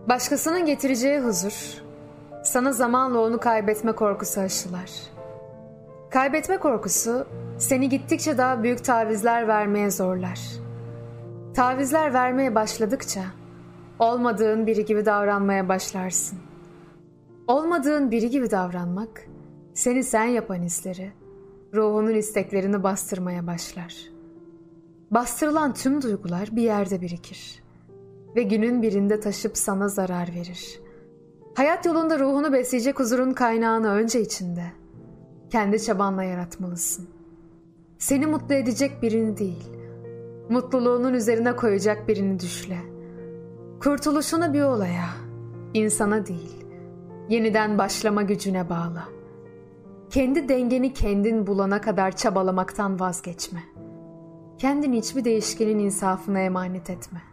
Başkasının getireceği huzur, sana zamanla onu kaybetme korkusu aşılar. Kaybetme korkusu, seni gittikçe daha büyük tavizler vermeye zorlar. Tavizler vermeye başladıkça, olmadığın biri gibi davranmaya başlarsın. Olmadığın biri gibi davranmak, seni sen yapan hisleri, ruhunun isteklerini bastırmaya başlar. Bastırılan tüm duygular bir yerde birikir ve günün birinde taşıp sana zarar verir. Hayat yolunda ruhunu besleyecek huzurun kaynağını önce içinde, kendi çabanla yaratmalısın. Seni mutlu edecek birini değil, mutluluğunun üzerine koyacak birini düşle. Kurtuluşunu bir olaya, insana değil, yeniden başlama gücüne bağla. Kendi dengeni kendin bulana kadar çabalamaktan vazgeçme. Kendini hiçbir değişkenin insafına emanet etme.